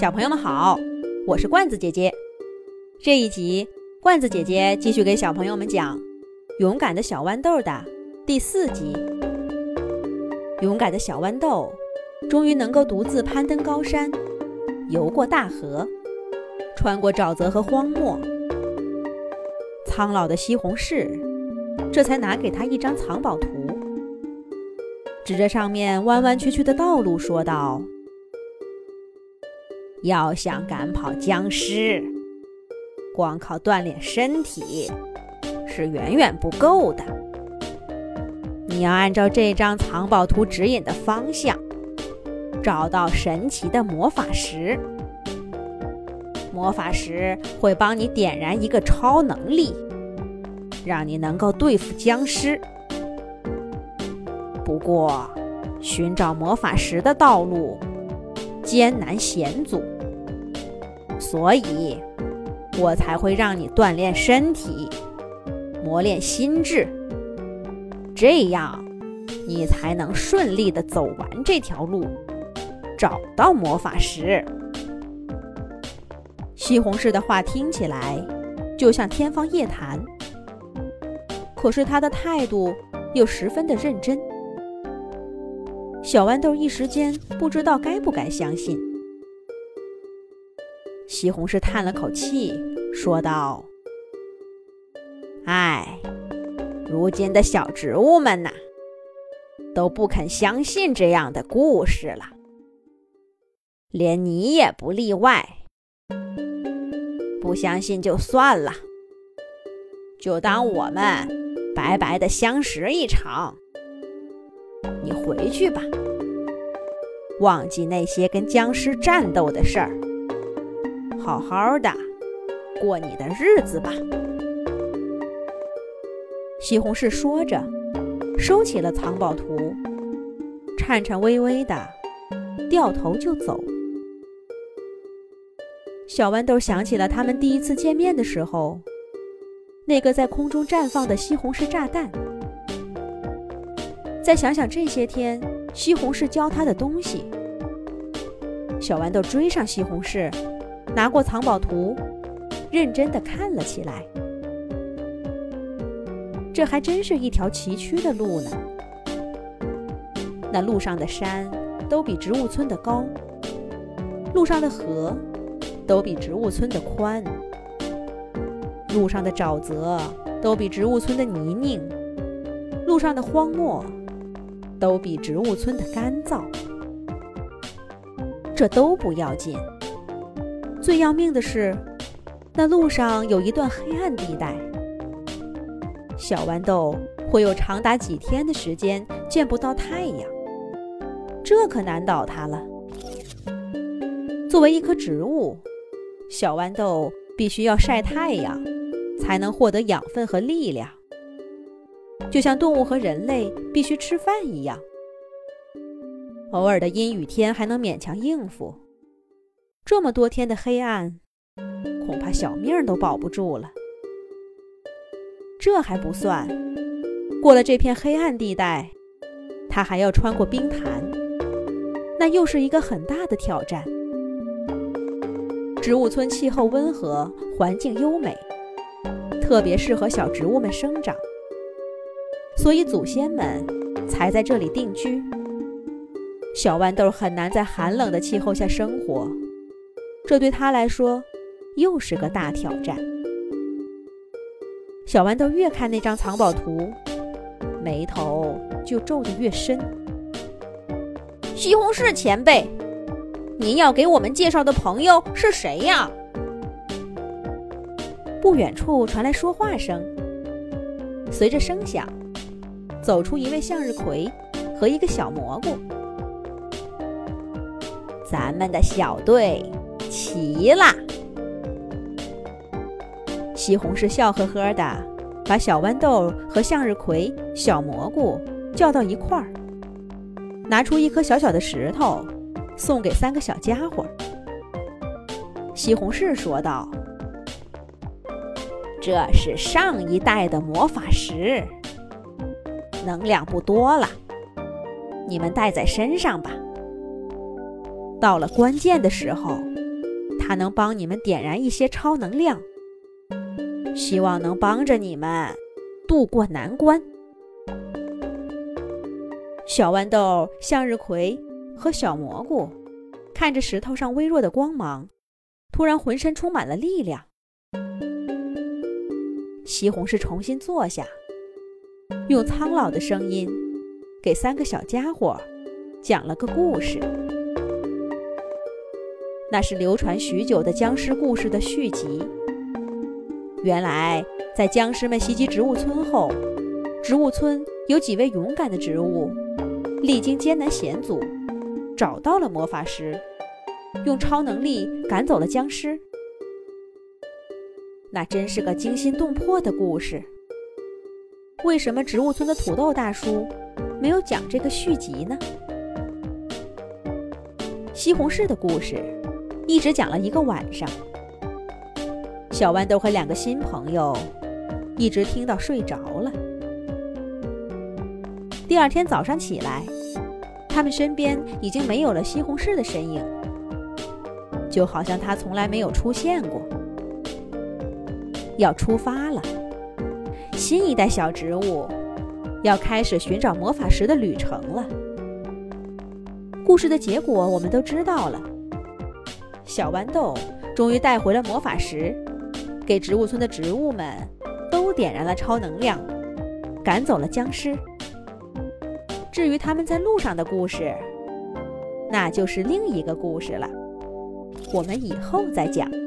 小朋友们好，我是罐子姐姐。这一集，罐子姐姐继续给小朋友们讲《勇敢的小豌豆》的第4集。勇敢的小豌豆终于能够独自攀登高山，游过大河，穿过沼泽和荒漠。苍老的西红柿这才拿给他一张藏宝图，指着上面弯弯曲曲的道路说道：要想赶跑僵尸，光靠锻炼身体是远远不够的。你要按照这张藏宝图指引的方向，找到神奇的魔法石。魔法石会帮你点燃一个超能力，让你能够对付僵尸。不过，寻找魔法石的道路艰难险阻，所以我才会让你锻炼身体，磨练心智，这样你才能顺利地走完这条路，找到魔法石。西红柿的话听起来就像天方夜谭，可是他的态度又十分的认真。小豌豆一时间不知道该不该相信。西红柿叹了口气，说道：唉，如今的小植物们呐，都不肯相信这样的故事了，连你也不例外。不相信就算了，就当我们白白的相识一场。你回去吧，忘记那些跟僵尸战斗的事儿，好好的过你的日子吧。西红柿说着，收起了藏宝图，颤颤巍巍的掉头就走。小豌豆想起了他们第一次见面的时候，那个在空中绽放的西红柿炸弹。再想想这些天西红柿教他的东西，小豌豆追上西红柿，拿过藏宝图，认真地看了起来。这还真是一条崎岖的路呢。那路上的山都比植物村的高，路上的河都比植物村的宽，路上的沼泽都比植物村的泥泞，路上的荒漠都比植物村的干燥。这都不要紧，最要命的是，那路上有一段黑暗地带。小豌豆会有长达几天的时间见不到太阳，这可难倒它了。作为一棵植物，小豌豆必须要晒太阳，才能获得养分和力量，就像动物和人类必须吃饭一样。偶尔的阴雨天还能勉强应付，这么多天的黑暗，恐怕小命都保不住了。这还不算，过了这片黑暗地带，它还要穿过冰潭，那又是一个很大的挑战。植物村气候温和，环境优美，特别适合小植物们生长，所以祖先们才在这里定居。小豌豆很难在寒冷的气候下生活，这对他来说又是个大挑战。小豌豆越看那张藏宝图，眉头就皱得越深。西红柿前辈，您要给我们介绍的朋友是谁呀？不远处传来说话声，随着声响，走出一位向日葵和一个小蘑菇。咱们的小队齐啦！西红柿笑呵呵的把小豌豆和向日葵、小蘑菇叫到一块儿，拿出一颗小小的石头送给3个小家伙。西红柿说道：这是上一代的魔法石，能量不多了，你们带在身上吧。到了关键的时候， 它能帮你们点燃一些超能量，希望能帮着你们渡过难关。小豌豆、向日葵和小蘑菇看着石头上微弱的光芒，突然浑身充满了力量。西红柿重新坐下，用苍老的声音给3个小家伙讲了个故事。那是流传许久的僵尸故事的续集。原来，在僵尸们袭击植物村后，植物村有几位勇敢的植物，历经艰难险阻，找到了魔法石，用超能力赶走了僵尸。那真是个惊心动魄的故事。为什么植物村的土豆大叔没有讲这个续集呢？西红柿的故事一直讲了1个晚上，小豌豆和2个新朋友一直听到睡着了。第2天早上起来，他们身边已经没有了西红柿的身影，就好像他从来没有出现过。要出发了，新一代小植物要开始寻找魔法石的旅程了。故事的结果我们都知道了，小豌豆终于带回了魔法石，给植物村的植物们都点燃了超能量，赶走了僵尸。至于他们在路上的故事，那就是另一个故事了，我们以后再讲。